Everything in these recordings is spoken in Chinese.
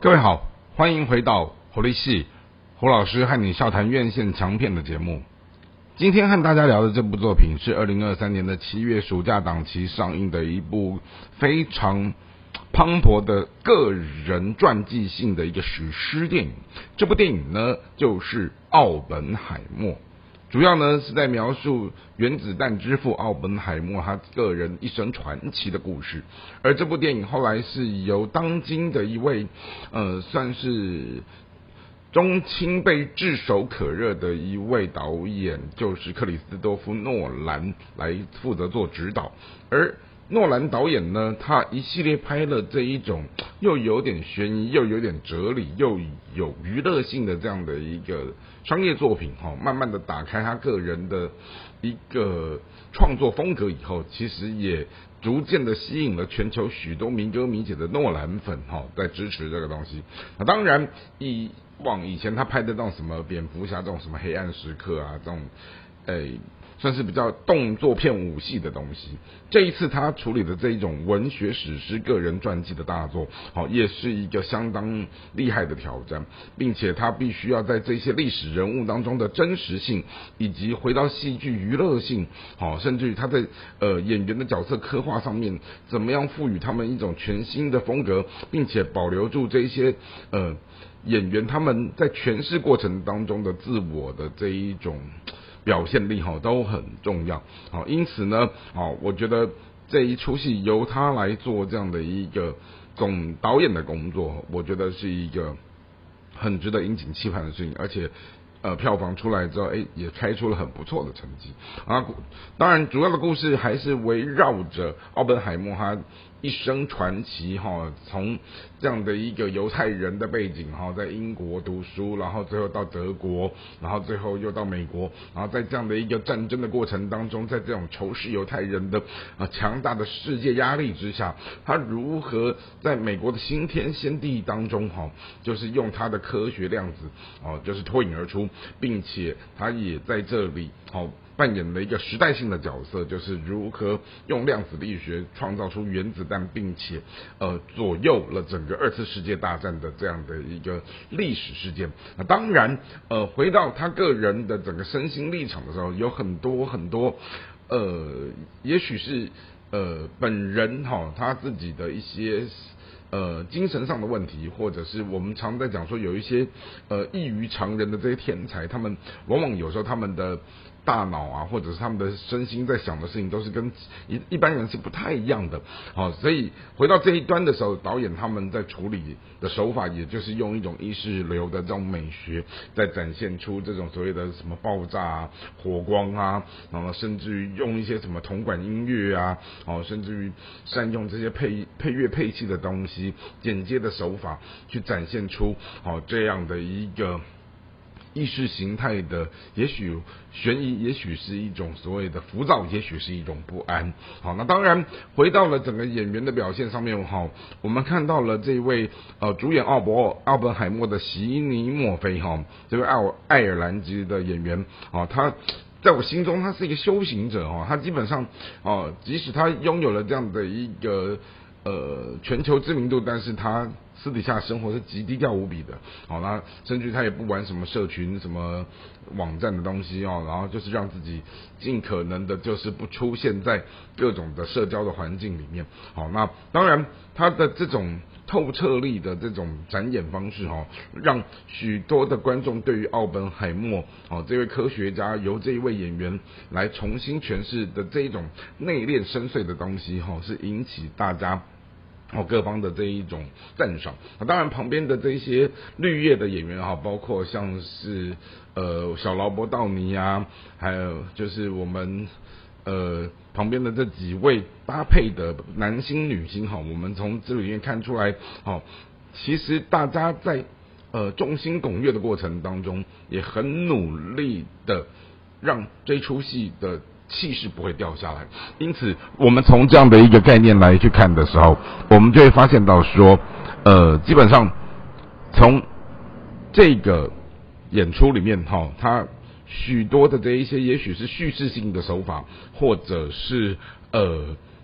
各位好，欢迎回到侯立系侯老师和你笑谈院线强片的节目。今天和大家聊的这部作品是2023年的7月暑假档期上映的一部非常磅礴的个人传记性的一个史诗电影。这部电影呢，就是《奥本海默》。主要呢是在描述原子弹之父奥本海默他个人一生传奇的故事，而这部电影后来是由当今的一位算是中青辈炙手可热的一位导演，就是克里斯多夫诺兰来负责做指导。而诺兰导演呢，他一系列拍了这一种又有点悬疑又有点哲理又有娱乐性的这样的一个商业作品，慢慢的打开他个人的一个创作风格以后，其实也逐渐的吸引了全球许多民歌迷姐的诺兰粉在支持这个东西。那当然以前他拍的那种什么蝙蝠侠这种什么黑暗时刻啊，这种算是比较动作片武戏的东西。这一次他处理的这一种文学史诗个人传记的大作，也是一个相当厉害的挑战，并且他必须要在这些历史人物当中的真实性，以及回到戏剧娱乐性，甚至于他在演员的角色刻画上面，怎么样赋予他们一种全新的风格，并且保留住这些演员他们在诠释过程当中的自我的这一种表现力都很重要。因此呢，我觉得这一出戏由他来做这样的一个总导演的工作，我觉得是一个很值得引颈期盼的事情，而且票房出来之后，也开出了很不错的成绩啊。当然，主要的故事还是围绕着奥本海默他一生传奇从这样的一个犹太人的背景在英国读书，然后最后到德国，然后最后又到美国，然后在这样的一个战争的过程当中，在这种仇视犹太人的强大的世界压力之下，他如何在美国的新天先地当中就是用他的科学量子就是脱颖而出，并且他也在这里扮演了一个时代性的角色，就是如何用量子力学创造出原子弹，并且左右了整个2次世界大战的这样的一个历史事件。那当然回到他个人的整个身心立场的时候，有很多很多也许是本人他自己的一些精神上的问题，或者是我们常在讲说有一些异于常人的这些天才，他们往往有时候他们的大脑啊，或者是他们的身心在想的事情都是跟一般人是不太一样的。所以回到这一端的时候，导演他们在处理的手法，也就是用一种意识流的这种美学，在展现出这种所谓的什么爆炸啊、火光啊，然后甚至于用一些什么铜管音乐啊，甚至于善用这些配乐配器的东西，剪接的手法去展现出这样的一个意识形态的，也许悬疑，也许是一种所谓的浮躁，也许是一种不安。那当然回到了整个演员的表现上面，我们看到了这位主演奥本海默的席尼墨菲这位爱尔兰籍的演员他在我心中他是一个修行者他基本上即使他拥有了这样的一个全球知名度，但是他私底下生活是极低调无比的。那甚至他也不玩什么社群什么网站的东西然后就是让自己尽可能的就是不出现在各种的社交的环境里面。那当然他的这种透彻力的这种展演方式让许多的观众对于奥本海默这位科学家由这一位演员来重新诠释的这一种内敛深邃的东西是引起大家各方的这一种赞赏。当然旁边的这些绿叶的演员包括像是小劳勃道尼啊，还有就是我们旁边的这几位搭配的男星女星我们从这里面看出来其实大家在众星拱月的过程当中，也很努力的让这出戏的气势不会掉下来。因此我们从这样的一个概念来去看的时候，我们就会发现到说基本上从这个演出里面它许多的这一些也许是叙事性的手法，或者是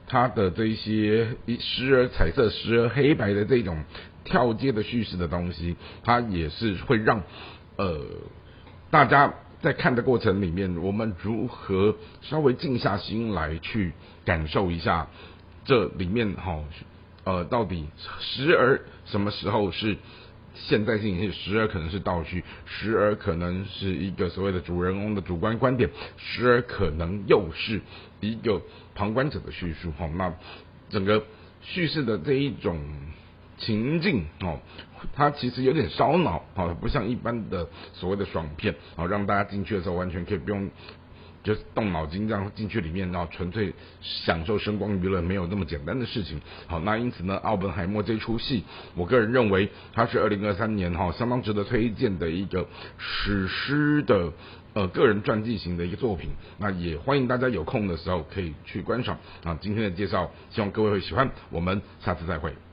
它的这一些时而彩色时而黑白的这种跳接的叙事的东西，它也是会让大家在看的过程里面，我们如何稍微静下心来去感受一下这里面到底时而什么时候是现在进行，时而可能是倒叙，时而可能是一个所谓的主人翁的主观观点，时而可能又是一个旁观者的叙述。那整个叙事的这一种情境它其实有点烧脑不像一般的所谓的爽片让大家进去的时候完全可以不用就是动脑筋这样进去里面，然后纯粹享受声光娱乐，没有那么简单的事情。好，那因此呢，奥本海默这出戏，我个人认为它是2023年相当值得推荐的一个史诗的个人传记型的一个作品。那也欢迎大家有空的时候可以去观赏今天的介绍，希望各位会喜欢。我们下次再会。